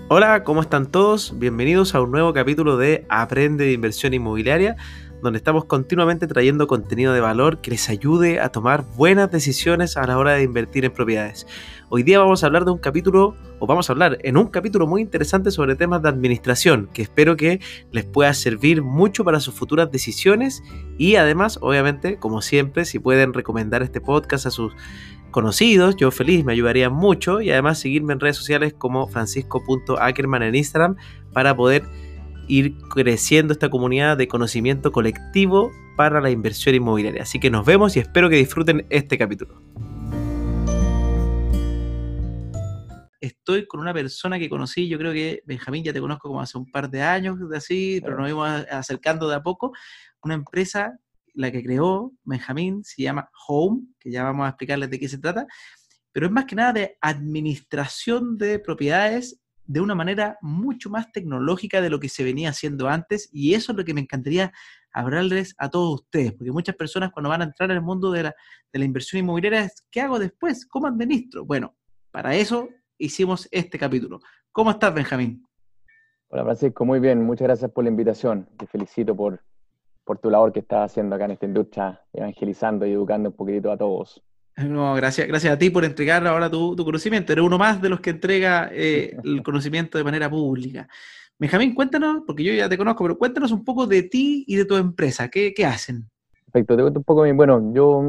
Hola, ¿cómo están todos? Bienvenidos a un nuevo capítulo de Aprende de Inversión Inmobiliaria, donde estamos continuamente trayendo contenido de valor que les ayude a tomar buenas decisiones a la hora de invertir en propiedades. Hoy día vamos a hablar de un capítulo, o vamos a hablar en un capítulo muy interesante sobre temas de administración, que espero que les pueda servir mucho para sus futuras decisiones y además, obviamente, como siempre, si pueden recomendar este podcast a sus conocidos, yo feliz, me ayudaría mucho, y además seguirme en redes sociales como francisco.ackerman en Instagram para poder ir creciendo esta comunidad de conocimiento colectivo para la inversión inmobiliaria. Así que nos vemos y espero que disfruten este capítulo. Estoy con una persona que conocí, yo creo que Benjamín ya te conozco como hace un par de años, así, pero nos íbamos acercando de a poco. Una empresa, la que creó Benjamín, se llama Home, que ya vamos a explicarles de qué se trata, pero es más que nada de administración de propiedades de una manera mucho más tecnológica de lo que se venía haciendo antes, y eso es lo que me encantaría hablarles a todos ustedes, porque muchas personas cuando van a entrar en el mundo de la inversión inmobiliaria es, ¿qué hago después? ¿Cómo administro? Bueno, para eso hicimos este capítulo. ¿Cómo estás, Benjamín? Hola Francisco, muy bien, muchas gracias por la invitación. Te felicito por tu labor que estás haciendo acá en esta industria, evangelizando y educando un poquitito a todos. No, gracias a ti por entregar ahora tu conocimiento. Eres uno más de los que entrega el conocimiento de manera pública. Benjamín, cuéntanos, porque yo ya te conozco, pero cuéntanos un poco de ti y de tu empresa. ¿Qué hacen? Perfecto, te cuento un poco, bueno, yo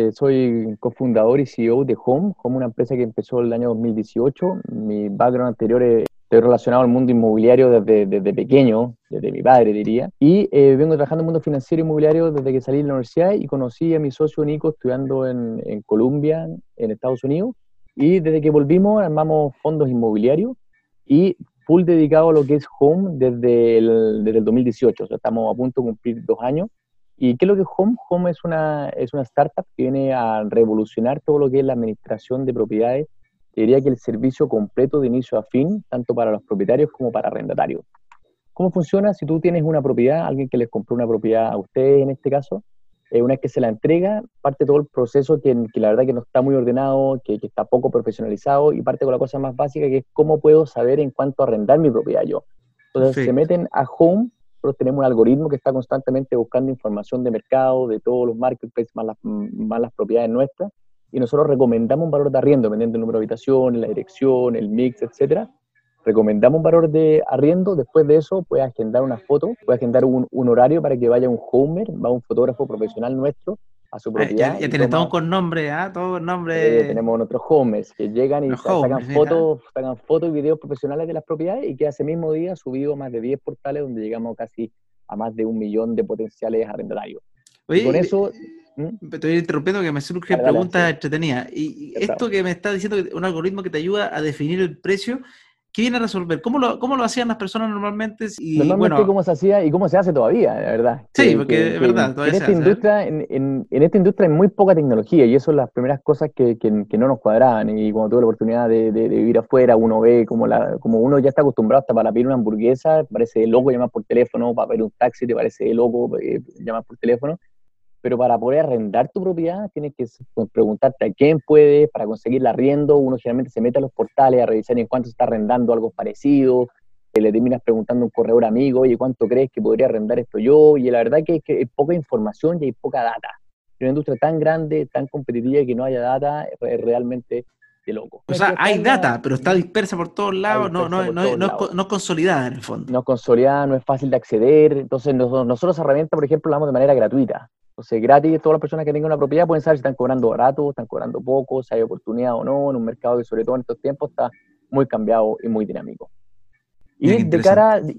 soy cofundador y CEO de Home, como una empresa que empezó el año 2018. Mi background anterior estoy relacionado al mundo inmobiliario desde pequeño, desde mi padre diría, y vengo trabajando en el mundo financiero inmobiliario desde que salí de la universidad y conocí a mi socio Nico estudiando en Columbia, en Estados Unidos, y desde que volvimos armamos fondos inmobiliarios y full dedicado a lo que es Home desde el 2018, o sea, estamos a punto de cumplir 2 años. ¿Y qué es lo que es Home? Home es una startup que viene a revolucionar todo lo que es la administración de propiedades. Te diría que el servicio completo de inicio a fin, tanto para los propietarios como para arrendatarios. ¿Cómo funciona? Si tú tienes una propiedad, alguien que les compró una propiedad a ustedes en este caso, una vez que se la entrega, parte todo el proceso que la verdad que no está muy ordenado, que está poco profesionalizado, y parte con la cosa más básica, que es cómo puedo saber en cuánto arrendar mi propiedad yo. Entonces se Perfecto. meten a Home. Nosotros tenemos un algoritmo que está constantemente buscando información de mercado, de todos los marketplaces, más las propiedades nuestras, y nosotros recomendamos un valor de arriendo, dependiendo del número de habitaciones, la dirección, el mix, etcétera. Recomendamos un valor de arriendo. Después de eso puedes agendar una foto, puedes agendar un horario para que vaya un homer, va un fotógrafo profesional nuestro a su Ya, propiedad ya y tiene todo toma. con nombre, ¿ah? Todo con nombre. Tenemos nuestros homers que llegan y Los homes, mira. sacan fotos y videos profesionales de las propiedades, y que ese mismo día subido a más de 10 portales donde llegamos casi a más de 1 millón de potenciales arrendatarios. Y con Oye, eso, ¿Mm? te estoy interrumpiendo que me surgen Dale, dale, sí, preguntas entretenidas. Y encantado. esto que me está diciendo, que un algoritmo que te ayuda a definir el precio, ¿qué viene a resolver? ¿Cómo lo hacían las personas normalmente? Y Normalmente, bueno, cómo se hacía y cómo se hace todavía, la verdad. sí, Que, porque que, es que, verdad, que todavía en se esta hace. industria, en esta industria hay muy poca tecnología, y eso son las primeras cosas que no nos cuadraban. Y cuando tuve la oportunidad de vivir afuera, uno ve como uno ya está acostumbrado hasta para pedir una hamburguesa, te parece loco llamar por teléfono, para pedir un taxi te parece loco llamar por teléfono. Pero para poder arrendar tu propiedad tienes que preguntarte a quién puedes. Para conseguir el arriendo, uno generalmente se mete a los portales a revisar en cuánto se está arrendando algo parecido. Le terminas preguntando a un corredor amigo, oye, ¿cuánto crees que podría arrendar esto yo? Y la verdad que hay poca información y hay poca data. En una industria tan grande, tan competitiva, y que no haya data es realmente de loco. O Una vez que sea, ya está hay data, pero está dispersa por todos está lados, dispersa por todos lados, no es consolidada en el fondo. no es consolidada, no es fácil de acceder. Entonces, nosotros esa herramienta, por ejemplo, la damos de manera gratuita. Entonces, gratis, todas las personas que tengan una propiedad pueden saber si están cobrando barato, están cobrando poco, si hay oportunidad o no, en un mercado que, sobre todo en estos tiempos, está muy cambiado y muy dinámico. Mira Y qué de interesante. cara,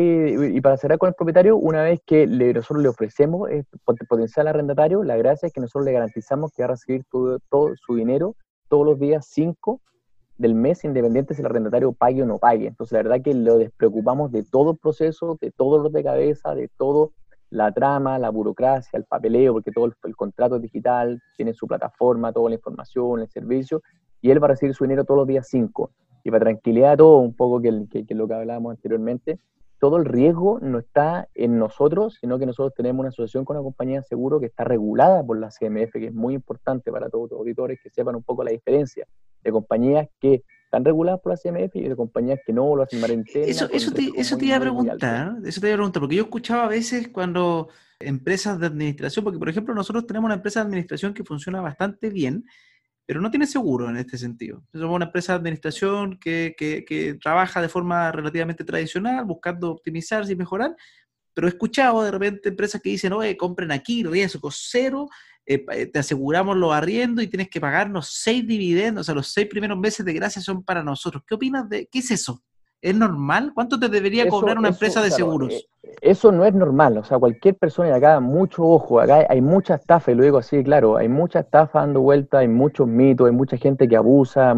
y para cerrar con el propietario, una vez que nosotros le ofrecemos potencial arrendatario, la gracia es que nosotros le garantizamos que va a recibir todo su dinero todos los días 5 del mes, independiente si el arrendatario pague o no pague. Entonces, la verdad que lo despreocupamos de todo el proceso, de todo lo de cabeza, de todo la trama, la burocracia, el papeleo, porque todo el contrato es digital, tiene su plataforma, toda la información, el servicio, y él va a recibir su dinero todos los días 5. Y para tranquilidad de todo, un poco que lo que hablábamos anteriormente, todo el riesgo no está en nosotros, sino que nosotros tenemos una asociación con una compañía de seguro que está regulada por la CMF, que es muy importante para todos los auditores que sepan un poco la diferencia de compañías que están reguladas por la CMF y de compañías que no lo hacen de manera interna con un riesgo Eso te muy, iba a muy, muy alto. preguntar, porque yo escuchaba a veces cuando empresas de administración, porque por ejemplo nosotros tenemos una empresa de administración que funciona bastante bien, pero no tiene seguro en este sentido. Somos una empresa de administración que trabaja de forma relativamente tradicional, buscando optimizarse y mejorar, pero he escuchado de repente empresas que dicen, oye, compren aquí, riesgo cero, te aseguramos los arriendos y tienes que pagarnos 6 dividendos, o sea, los 6 primeros meses de gracia son para nosotros. ¿Qué opinas de qué es eso? ¿Es normal? ¿Cuánto te debería cobrar una empresa de Claro, seguros? eso no es normal, o sea, cualquier persona, y acá mucho ojo, acá hay mucha estafa, y lo digo así, claro, hay mucha estafa dando vuelta, hay muchos mitos, hay mucha gente que abusa,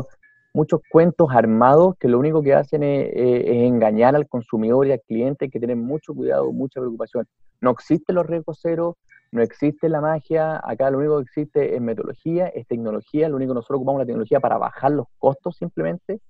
muchos cuentos armados que lo único que hacen es engañar al consumidor y al cliente, hay que tener mucho cuidado, mucha preocupación. No existen los riesgos cero, no existe la magia, acá lo único que existe es metodología, es tecnología, lo único que nosotros ocupamos la tecnología para bajar los costos simplemente.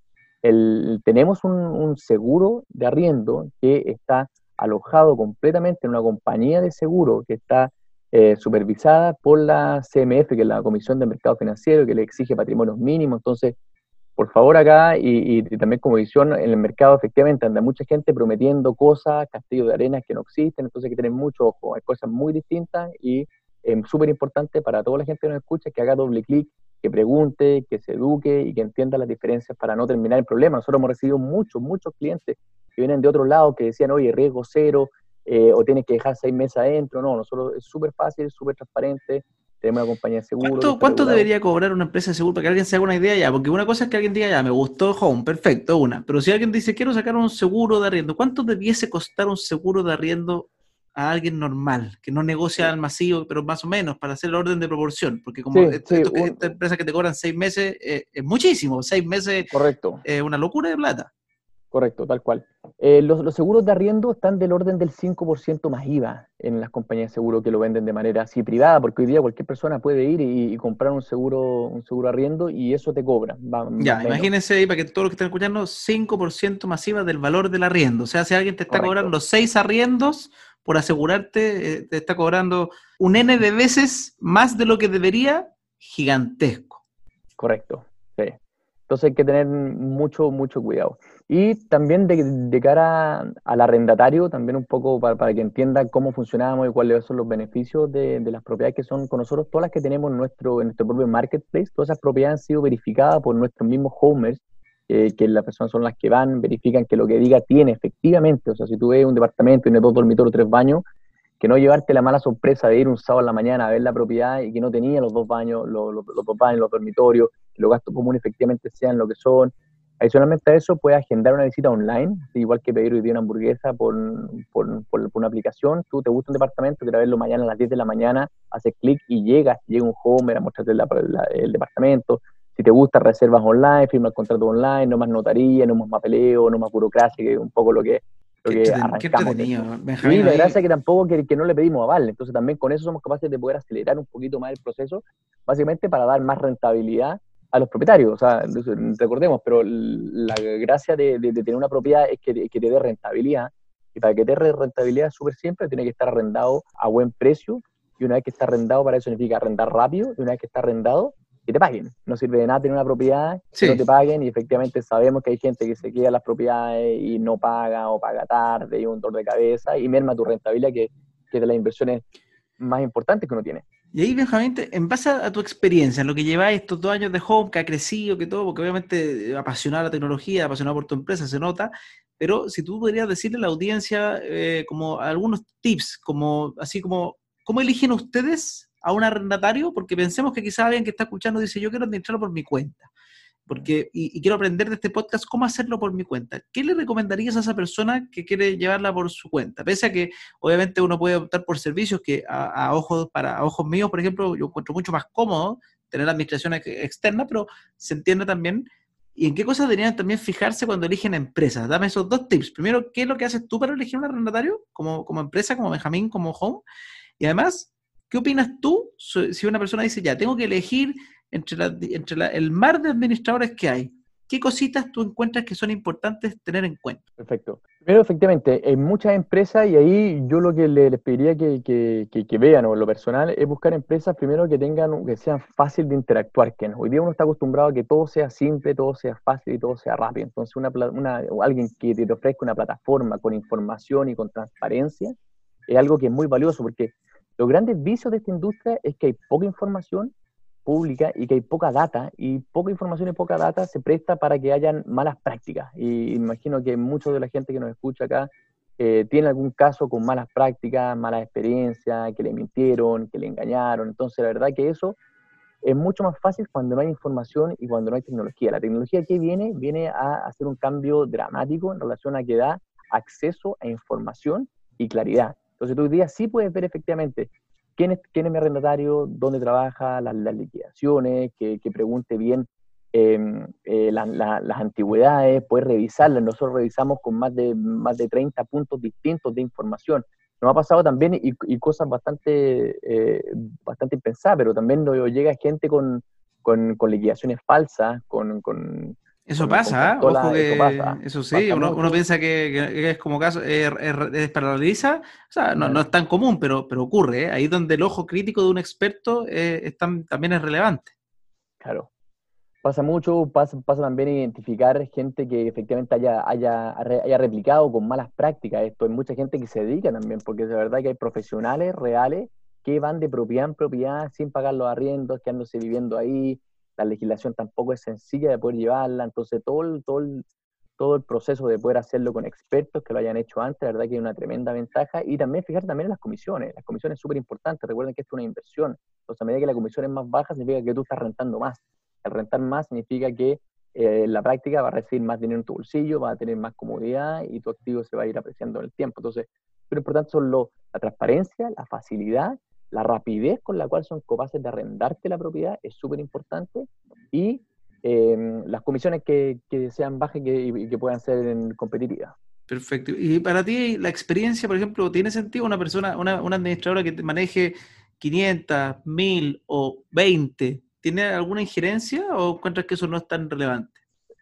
Tenemos un seguro de arriendo que está alojado completamente en una compañía de seguro que está supervisada por la CMF, que es la Comisión de Mercado Financiero, que le exige patrimonios mínimos. Entonces, por favor acá, y también como visión, en el mercado efectivamente anda mucha gente prometiendo cosas, castillos de arenas que no existen, entonces hay que tener mucho ojo, hay cosas muy distintas y súper importante para toda la gente que nos escucha que haga doble clic, que pregunte, que se eduque y que entienda las diferencias para no terminar el problema. Nosotros hemos recibido muchos clientes que vienen de otro lado que decían, oye, riesgo cero, o tienes que dejar 6 meses adentro. No, nosotros es súper fácil, súper transparente, tenemos una compañía de seguro que está ¿Cuánto regulada. debería cobrar una empresa de seguro para que alguien se haga una idea ya? Porque una cosa es que alguien diga, ya, me gustó Home, perfecto, una. Pero si alguien dice, quiero sacar un seguro de arriendo, ¿cuánto debiese costar un seguro de arriendo a alguien normal, que no negocia al masivo, pero más o menos, para hacer el orden de proporción? Porque como esta empresa que te cobran 6 meses, es muchísimo. 6 meses Correcto. es una locura de plata. Correcto, tal cual. Los seguros de arriendo están del orden del 5% más IVA en las compañías de seguro que lo venden de manera así privada, porque hoy día cualquier persona puede ir y comprar un seguro arriendo y eso te cobra, más o Ya, menos. imagínense ahí, para que todos los que están escuchando, 5% masiva del valor del arriendo. O sea, si alguien te está Correcto, cobrando 6 arriendos por asegurarte, te está cobrando un N de veces más de lo que debería, gigantesco. correcto. Sí. Entonces hay que tener mucho cuidado. Y también de cara al arrendatario, también un poco para que entienda cómo funcionamos y cuáles son los beneficios de las propiedades que son con nosotros, todas las que tenemos en nuestro propio marketplace, todas esas propiedades han sido verificadas por nuestros mismos homers, que las personas son las que van, verifican que lo que diga tiene efectivamente, o sea, si tú ves un departamento y tiene 2 dormitorios, 3 baños, que no llevarte la mala sorpresa de ir un sábado en la mañana a ver la propiedad y que no tenía los 2 baños, los 2 baños, los dormitorios, que los gastos comunes efectivamente sean lo que son. Adicionalmente a eso, puedes agendar una visita online, igual que pedir hoy día una hamburguesa por una aplicación. Tú te gusta un departamento, quieres verlo mañana a las 10 de la mañana, haces clic y llega un homer a mostrarte el departamento. Si te gusta, reservas online, firma el contrato online, no más notaría, no más papeleo, no más burocracia, que es un poco lo que Qué arrancamos de entretenido, esto. Benjamín, Y la ahí. gracia es que tampoco que no le pedimos aval, entonces también con eso somos capaces de poder acelerar un poquito más el proceso, básicamente para dar más rentabilidad a los propietarios. O sea, recordemos, pero la gracia de tener una propiedad es que te dé rentabilidad, y para que te dé rentabilidad es súper simple, tiene que estar arrendado a buen precio, y una vez que está arrendado, para eso significa arrendar rápido, y una vez que está arrendado, que te paguen. No sirve de nada tener una propiedad que no Sí. te paguen, y efectivamente sabemos que hay gente que se queda en las propiedades y no paga o paga tarde y un dolor de cabeza y merma tu rentabilidad, que es de las inversiones más importantes que uno tiene. Y ahí, Benjamín, en base a tu experiencia, en lo que lleváis estos 2 años de Home, que ha crecido, que todo, porque obviamente apasionado a la tecnología, apasionado por tu empresa, se nota, pero si tú podrías decirle a la audiencia como algunos tips, como así como, ¿cómo eligen ustedes a un arrendatario? Porque pensemos que quizás alguien que está escuchando dice, yo quiero administrarlo por mi cuenta. Y quiero aprender de este podcast cómo hacerlo por mi cuenta. ¿Qué le recomendarías a esa persona que quiere llevarla por su cuenta? Pese a que obviamente uno puede optar por servicios que a ojos míos, por ejemplo, yo encuentro mucho más cómodo tener la administración externa, pero se entiende también. ¿Y en qué cosas deberían también fijarse cuando eligen empresas? Dame esos 2 tips. Primero, ¿qué es lo que haces tú para elegir un arrendatario como empresa, como Benjamín, como Home? Y además, ¿qué opinas tú si una persona dice, ya, tengo que elegir el mar de administradores que hay? ¿qué cositas tú encuentras que son importantes tener en cuenta? Perfecto. Primero, efectivamente, en muchas empresas, y ahí yo lo que les pediría que vean, o en lo personal, es buscar empresas primero que tengan, que sean fácil de interactuar. Que hoy día uno está acostumbrado a que todo sea simple, todo sea fácil y todo sea rápido. Entonces, o alguien que te ofrezca una plataforma con información y con transparencia es algo que es muy valioso, porque los grandes vicios de esta industria es que hay poca información pública y que hay poca data, y poca información y poca data se presta para que hayan malas prácticas. Y imagino que mucha de la gente que nos escucha acá tiene algún caso con malas prácticas, malas experiencias, que le mintieron, que le engañaron. Entonces, la verdad que eso es mucho más fácil cuando no hay información y cuando no hay tecnología. La tecnología que viene a hacer un cambio dramático en relación a que da acceso a información y claridad. Entonces, tú hoy día sí puedes ver efectivamente quién es mi arrendatario, dónde trabaja, las liquidaciones, que pregunte bien las antigüedades, puedes revisarlas. Nosotros revisamos con más de 30 puntos distintos de información. Nos ha pasado también, y cosas bastante impensadas, pero también nos llega gente con liquidaciones falsas, Eso con pasa, ¿ah? Ojo cartola. Eso que pasa, eso sí, pasa uno mucho. piensa que es como caso, es paraliza, o sea, no Claro, es tan común, pero ocurre, ¿eh? Ahí donde el ojo crítico de un experto también es relevante. claro. Pasa mucho, pasa también identificar gente que efectivamente haya replicado con malas prácticas esto. Hay mucha gente que se dedica también, porque es de verdad que hay profesionales reales que van de propiedad en propiedad sin pagar los arriendos, quedándose viviendo ahí. La legislación tampoco es sencilla de poder llevarla, entonces todo el proceso de poder hacerlo con expertos que lo hayan hecho antes, la verdad que hay una tremenda ventaja. Y también fijarse también en las comisiones es súper importante. Recuerden que esto es una inversión, entonces a medida que la comisión es más baja significa que tú estás rentando más. Al rentar más significa que en la práctica vas a recibir más dinero en tu bolsillo, vas a tener más comodidad y tu activo se va a ir apreciando en el tiempo. Entonces, lo importante son la transparencia, la facilidad, la rapidez con la cual son capaces de arrendarte la propiedad, es súper importante, y las comisiones que sean bajas y que puedan ser competitivas. Perfecto. Y para ti, la experiencia, por ejemplo, ¿tiene sentido una persona, una administradora que te maneje 500, 1000 o 20? ¿Tiene alguna injerencia o encuentras que eso no es tan relevante?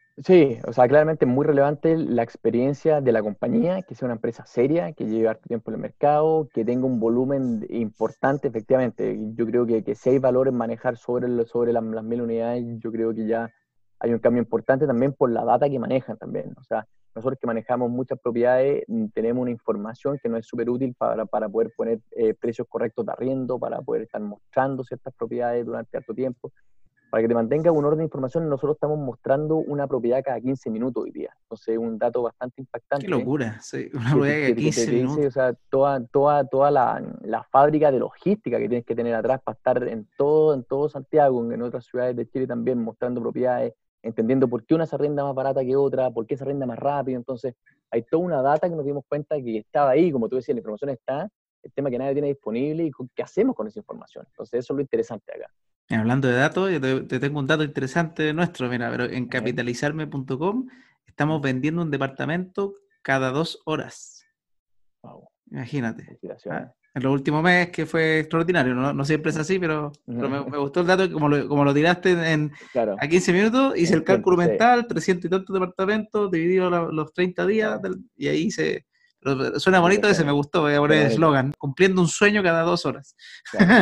Sí, o sea, claramente es muy relevante la experiencia de la compañía, que sea una empresa seria, que lleve harto tiempo en el mercado, que tenga un volumen importante, efectivamente. Yo creo que si hay valor en manejar sobre las 1000 unidades, yo creo que ya hay un cambio importante también por la data que manejan también. O sea, nosotros que manejamos muchas propiedades, tenemos una información que nos es súper útil para poder poner precios correctos de arriendo, para poder estar mostrando ciertas propiedades durante harto tiempo. Para que te mantenga un orden de información, nosotros estamos mostrando una propiedad cada 15 minutos hoy día. Entonces, un dato bastante Qué impactante locura, sí, una que te, bodega que de te- que te 15 dice, minutos. o sea, toda la fábrica de logística que tienes que tener atrás para estar en todo Santiago, en otras ciudades de Chile también, mostrando propiedades, entendiendo por qué una se arrenda más barata que otra, por qué se arrenda más rápido. Entonces, hay toda una data que nos dimos cuenta que estaba ahí, como tú decías, la información está, el tema que nadie tiene disponible y qué hacemos con esa información. Entonces, eso es lo interesante acá. Mira, hablando de datos, yo te tengo un dato interesante nuestro, mira, pero en A ver, capitalizarme.com estamos vendiendo un departamento cada 2 horas. wow, Imagínate. ¿Ah? felicitaciones. En los últimos meses, que fue extraordinario, no siempre es así, pero me Mm. gustó el dato, que como lo tiraste Claro, a 15 minutos, hice en el tiempo, cálculo sí. mental, 300 y tantos departamentos, dividido los 30 días, Wow, y ahí pero suena bonito ese, me felicitaciones. gustó, voy a poner Suena el bonito, eslogan, cumpliendo un sueño cada 2 horas. claro.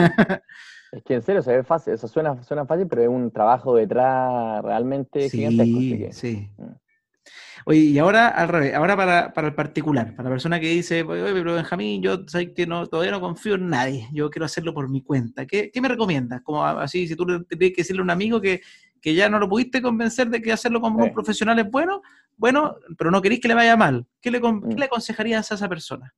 Es que en serio se ve fácil, eso suena fácil, pero es un trabajo detrás realmente gigantesco, así Sí, que. sí. mm, Oye, y ahora al revés, ahora para el particular, para la persona que dice, oye, pero Benjamín, yo sé que todavía no confío en nadie, yo quiero hacerlo por mi cuenta. ¿Qué me recomiendas? Como así, si tú tienes que decirle a un amigo que ya no lo pudiste convencer de que hacerlo con un eh, profesional es bueno, pero no queréis que le vaya mal. ¿Qué mm. le aconsejarías a esa persona?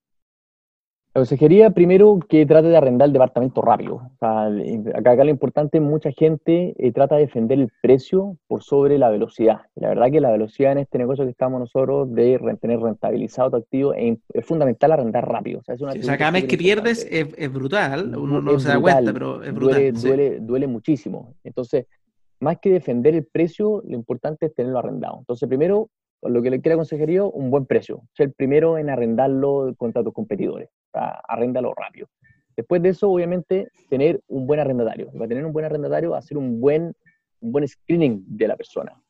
La consejería, primero, que trate de arrendar el departamento rápido. O sea, acá lo importante, mucha gente trata de defender el precio por sobre la velocidad. Y la verdad que la velocidad en este negocio que estamos nosotros de tener rentabilizado tu activo es fundamental arrendar rápido. O sea, es un Sí, o sea, atributo cada mes súper que pierdes importante. es brutal, uno no Es se da cuenta, brutal, pero es duele, brutal, ¿sí? duele, duele muchísimo. Entonces, más que defender el precio, lo importante es tenerlo arrendado. Entonces, primero, lo que le quiero consejería, un buen precio. Ser el primero en arrendarlo contra tus competidores. O sea, arréndalo rápido. Después de eso, obviamente, tener un buen arrendatario. Y para tener un buen arrendatario, hacer un buen screening de la persona.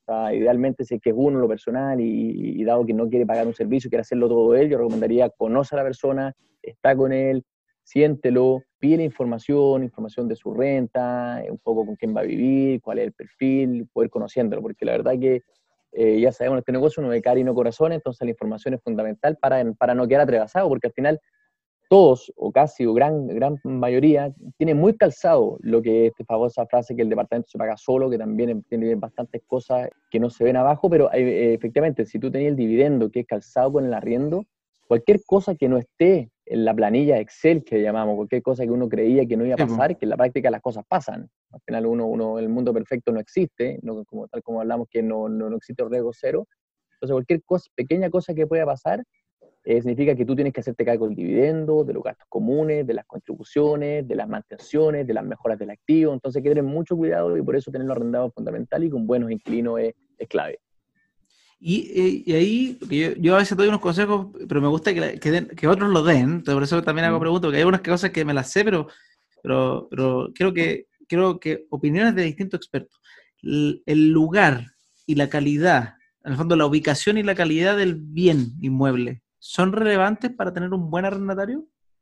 sea, idealmente si es que es uno lo personal y dado que no quiere pagar un servicio, quiere hacerlo todo él, yo recomendaría conoce a la persona, está con él, siéntelo, pide información de su renta, un poco con quién va a vivir, cuál es el perfil, poder conociéndolo, porque la verdad que ya sabemos en este negocio uno de cara y no corazón, entonces la información es fundamental para no quedar atrevasado, porque al final todos, o casi, o gran mayoría, tienen muy calzado lo que es esta famosa frase que el departamento se paga solo, que también tiene bastantes cosas que no se ven abajo, pero efectivamente, si tú tenías el dividendo que es calzado con el arriendo, cualquier cosa que no esté en la planilla Excel que llamamos, cualquier cosa que uno creía que no iba a Sí, po. pasar, que en la práctica las cosas pasan. Al final el mundo perfecto no existe, no, tal como hablamos que no existe el riesgo cero. Entonces cualquier cosa, pequeña cosa que pueda pasar, significa que tú tienes que hacerte cargo del dividendo, de los gastos comunes, de las contribuciones, de las mantenciones, de las mejoras del activo. Entonces hay que tener mucho cuidado y por eso tenerlo arrendado es fundamental y con buenos inquilinos es clave. Y ahí, porque yo a veces doy unos consejos, pero me gusta que otros lo den, entonces por eso también hago ¿Mm? preguntas, porque hay algunas cosas que me las sé, pero quiero que opiniones de distintos expertos. El lugar y la calidad, en el fondo la ubicación y la calidad del bien inmueble, ¿son relevantes para tener un buen arrendatario?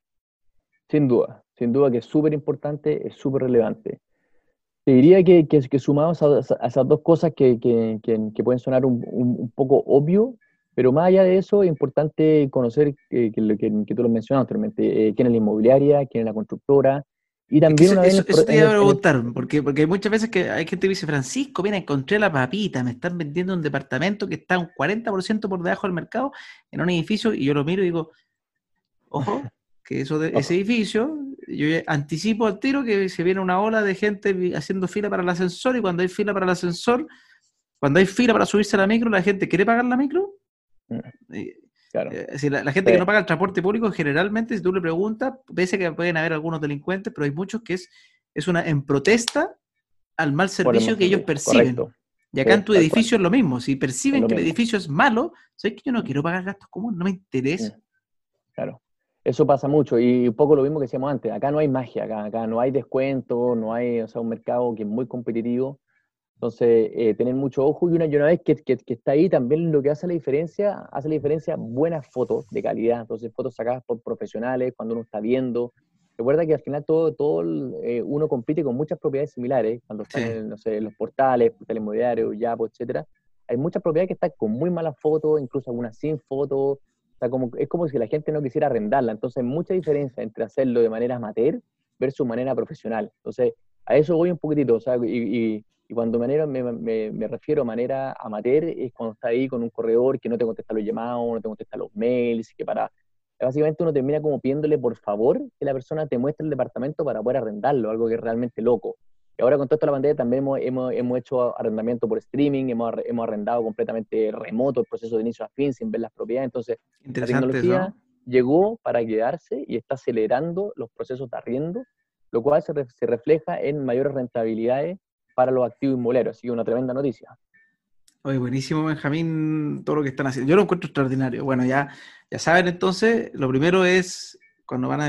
Sin duda que es súper importante, es súper relevante. Te diría que sumados a esas dos cosas que pueden sonar un poco obvio, pero más allá de eso es importante conocer que tú lo mencionaste anteriormente, quién es la inmobiliaria, quién es la constructora, y Es que también una vez eso te iba a preguntar, porque hay muchas veces que hay gente que dice, Francisco, mira, encontré la papita, me están vendiendo un departamento que está un 40% por debajo del mercado en un edificio, y yo lo miro y digo, ojo, que ese ojo, edificio, yo ya anticipo al tiro que se viene una ola de gente haciendo fila para el ascensor, y cuando hay fila para el ascensor, cuando hay fila para subirse a la micro, la gente quiere pagar la micro. mm, Y, claro, si la gente que sí, no paga el transporte público, generalmente, si tú le preguntas, pese a que pueden haber algunos delincuentes, pero hay muchos que es una en protesta al mal por el servicio mal que ellos servicio, perciben. correcto, Y acá sí, en tu tal cual, edificio es lo mismo. Si es perciben lo que el mismo. edificio es malo, sabes que yo no Mm, quiero pagar gastos comunes, no me mm, interesa. claro. Eso pasa mucho y un poco lo mismo que decíamos antes, acá no hay magia, acá no hay descuento, no hay, o sea, un mercado que es muy competitivo. Entonces, tener mucho ojo y una vez que está ahí, también lo que hace la diferencia buenas fotos de calidad. Entonces, fotos sacadas por profesionales, cuando uno está viendo. Recuerda que al final uno compite con muchas propiedades similares, cuando están Sí, en, no sé, en los portales inmobiliarios, Yapo, etcétera. Hay muchas propiedades que están con muy malas fotos, incluso algunas sin fotos. O sea, es como si la gente no quisiera arrendarla. Entonces, hay mucha diferencia entre hacerlo de manera amateur versus manera profesional. Entonces, a eso voy un poquitito. O sea, y cuando me refiero a manera amateur, es cuando está ahí con un corredor que no te contesta los llamados, no te contesta los mails, que para... Básicamente uno termina como pidiéndole por favor que la persona te muestre el departamento para poder arrendarlo, algo que es realmente loco. Y ahora con todo esto de la pandemia también hemos hecho arrendamiento por streaming, hemos arrendado completamente remoto el proceso de inicio a fin sin ver las propiedades. Entonces, la interesante eso, tecnología ¿no? llegó para quedarse y está acelerando los procesos de arriendo, lo cual se refleja en mayores rentabilidades para los activos inmobiliarios. Así que una tremenda noticia. Oye, buenísimo, Benjamín, todo lo que están haciendo. Yo lo encuentro extraordinario. Bueno, ya saben entonces, lo primero es cuando van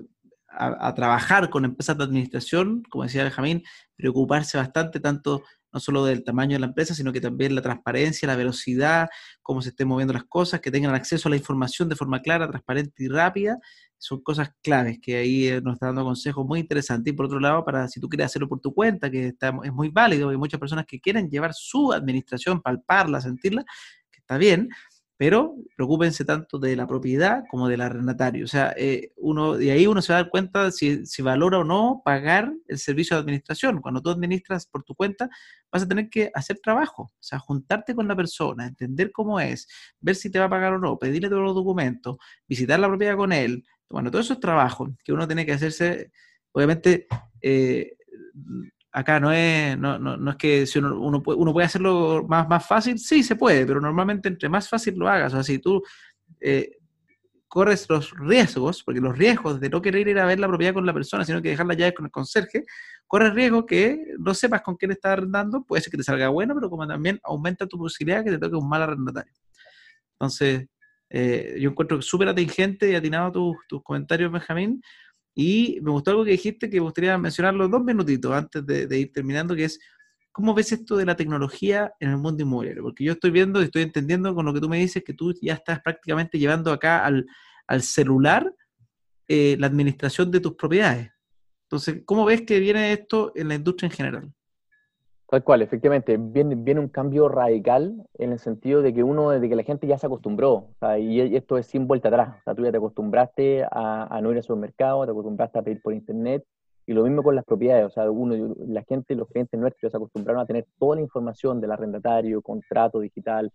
a trabajar con empresas de administración, como decía Benjamín, preocuparse bastante tanto no solo del tamaño de la empresa, sino que también la transparencia, la velocidad, cómo se estén moviendo las cosas, que tengan acceso a la información de forma clara, transparente y rápida. Son cosas claves que ahí nos está dando consejos muy interesantes. Y por otro lado, para si tú quieres hacerlo por tu cuenta, es muy válido, hay muchas personas que quieren llevar su administración, palparla, sentirla, que está bien, pero preocúpense tanto de la propiedad como del arrendatario. O sea, de ahí uno se va a dar cuenta si valora o no pagar el servicio de administración. Cuando tú administras por tu cuenta, vas a tener que hacer trabajo, o sea, juntarte con la persona, entender cómo es, ver si te va a pagar o no, pedirle todos los documentos, visitar la propiedad con él. Bueno, todo eso es trabajo que uno tiene que hacerse, obviamente, eh, acá no es que si uno puede hacerlo más fácil, sí se puede, pero normalmente entre más fácil lo hagas, o sea, si tú eh, corres los riesgos, porque los riesgos de no querer ir a ver la propiedad con la persona, sino que dejar la llave con el conserje, corres riesgo que no sepas con quién estás arrendando, puede ser que te salga bueno, pero como también aumenta tu posibilidad de que te toque un mal arrendatario. Entonces, yo encuentro súper atingente y atinado tus comentarios, Benjamín, y me gustó algo que dijiste que me gustaría mencionarlo 2 minutitos antes de ir terminando, que es ¿Cómo ves esto de la tecnología en el mundo inmobiliario? Porque yo estoy viendo y estoy entendiendo con lo que tú me dices que tú ya estás prácticamente llevando acá al celular la administración de tus propiedades. Entonces, ¿cómo ves que viene esto en la industria en general? Tal cual, efectivamente, viene un cambio radical en el sentido de que de que la gente ya se acostumbró, o sea, y esto es sin vuelta atrás, o sea, tú ya te acostumbraste a no ir al supermercado, te acostumbraste a pedir por internet, y lo mismo con las propiedades, o sea, la gente, los clientes nuestros ya se acostumbraron a tener toda la información del arrendatario, contrato digital,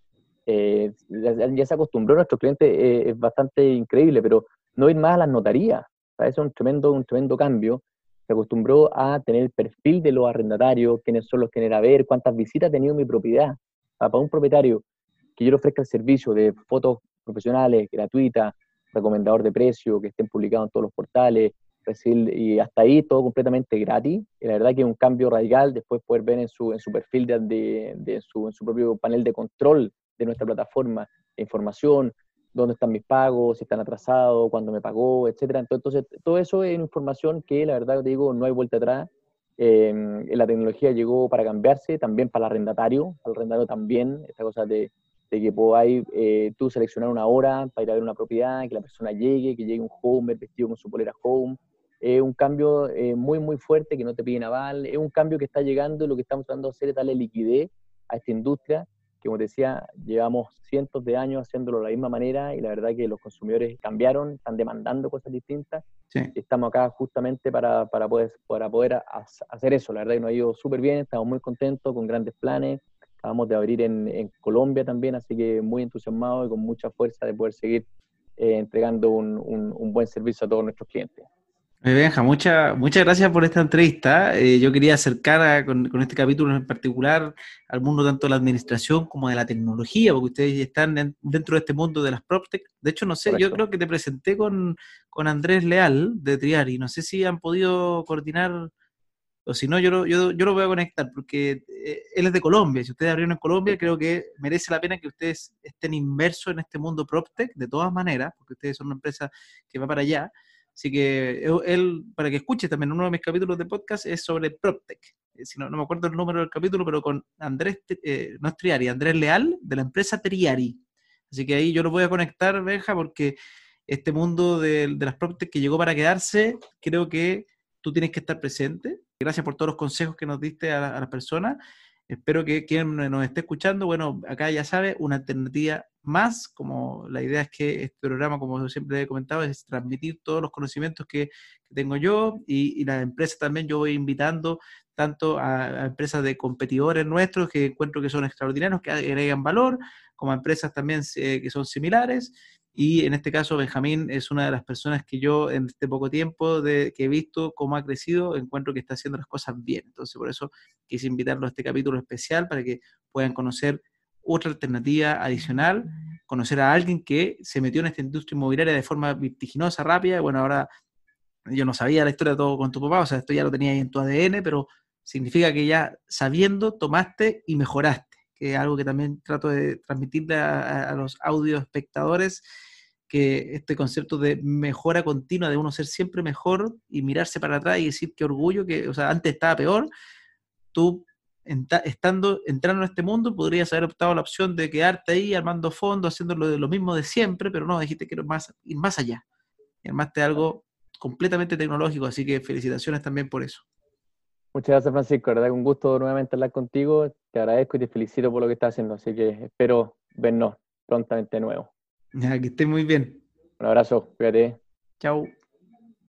ya se acostumbró nuestro cliente, es bastante increíble, pero no ir más a las notarías, o sea, eso es un tremendo cambio. Se acostumbró a tener el perfil de los arrendatarios, quiénes son los que quieren ver, cuántas visitas ha tenido mi propiedad. Para un propietario que yo le ofrezca el servicio de fotos profesionales, gratuitas, recomendador de precio, que estén publicados en todos los portales, y hasta ahí todo completamente gratis. Y la verdad que es un cambio radical, después poder ver en su perfil, en su propio panel de control de nuestra plataforma, información, dónde están mis pagos, si están atrasados, cuándo me pagó, etcétera. Entonces, todo eso es información que la verdad te digo, no hay vuelta atrás. La tecnología llegó para cambiarse, también para el arrendatario también, esta cosa de que podáis tú seleccionar una hora para ir a ver una propiedad, que la persona llegue, que llegue un homer vestido con su polera home. Es un cambio muy, muy fuerte, que no te piden aval, es un cambio que está llegando y lo que estamos tratando de hacer es darle liquidez a esta industria que, como te decía, llevamos cientos de años haciéndolo de la misma manera y la verdad que los consumidores cambiaron, están demandando cosas distintas. Sí. Y estamos acá justamente para poder hacer eso. La verdad que nos ha ido súper bien, estamos muy contentos, con grandes planes. Acabamos de abrir en Colombia también, así que muy entusiasmados y con mucha fuerza de poder seguir entregando un buen servicio a todos nuestros clientes. Benja, muchas gracias por esta entrevista. Yo quería acercar con este capítulo en particular al mundo tanto de la administración como de la tecnología, porque ustedes están dentro de este mundo de las PropTech. De hecho, no sé, yo Correcto. creo que te presenté con Andrés Leal de Triari. No sé si han podido coordinar, o si no, yo lo voy a conectar, porque él es de Colombia. Si ustedes abrieron en Colombia, creo que merece la pena que ustedes estén inmersos en este mundo PropTech, de todas maneras, porque ustedes son una empresa que va para allá. Así que él, para que escuche también, uno de mis capítulos de podcast es sobre PropTech. Si no, no me acuerdo el número del capítulo, pero con Andrés, no es Triari, Andrés Leal, de la empresa Triari. Así que ahí yo lo voy a conectar, Benja, porque este mundo de las PropTech que llegó para quedarse, creo que tú tienes que estar presente. Gracias por todos los consejos que nos diste a las personas. Espero que quien nos esté escuchando, bueno, acá ya sabe, una alternativa más, como la idea es que este programa, como siempre he comentado, es transmitir todos los conocimientos que tengo yo y las empresas también. Yo voy invitando tanto a empresas de competidores nuestros que encuentro que son extraordinarios, que agregan valor, como a empresas también que son similares. Y en este caso, Benjamín es una de las personas que yo en este poco tiempo que he visto cómo ha crecido, encuentro que está haciendo las cosas bien. Entonces, por eso quise invitarlo a este capítulo especial para que puedan conocer otra alternativa adicional, conocer a alguien que se metió en esta industria inmobiliaria de forma vertiginosa, rápida. Bueno, ahora yo no sabía la historia de todo con tu papá, o sea, esto ya lo tenías en tu ADN, pero significa que ya sabiendo tomaste y mejoraste, que es algo que también trato de transmitirle a los audio espectadores, que este concepto de mejora continua, de uno ser siempre mejor y mirarse para atrás y decir qué orgullo, que, o sea, antes estaba peor, tú entrando en este mundo podrías haber optado la opción de quedarte ahí armando fondos, haciendo lo mismo de siempre, pero no, dijiste que ir más allá y armaste algo completamente tecnológico, así que felicitaciones también por eso. Muchas gracias, Francisco. La verdad que un gusto nuevamente hablar contigo. Te agradezco y te felicito por lo que estás haciendo. Así que espero vernos prontamente de nuevo. Ya, que estés muy bien. Un abrazo, cuídate. Chao.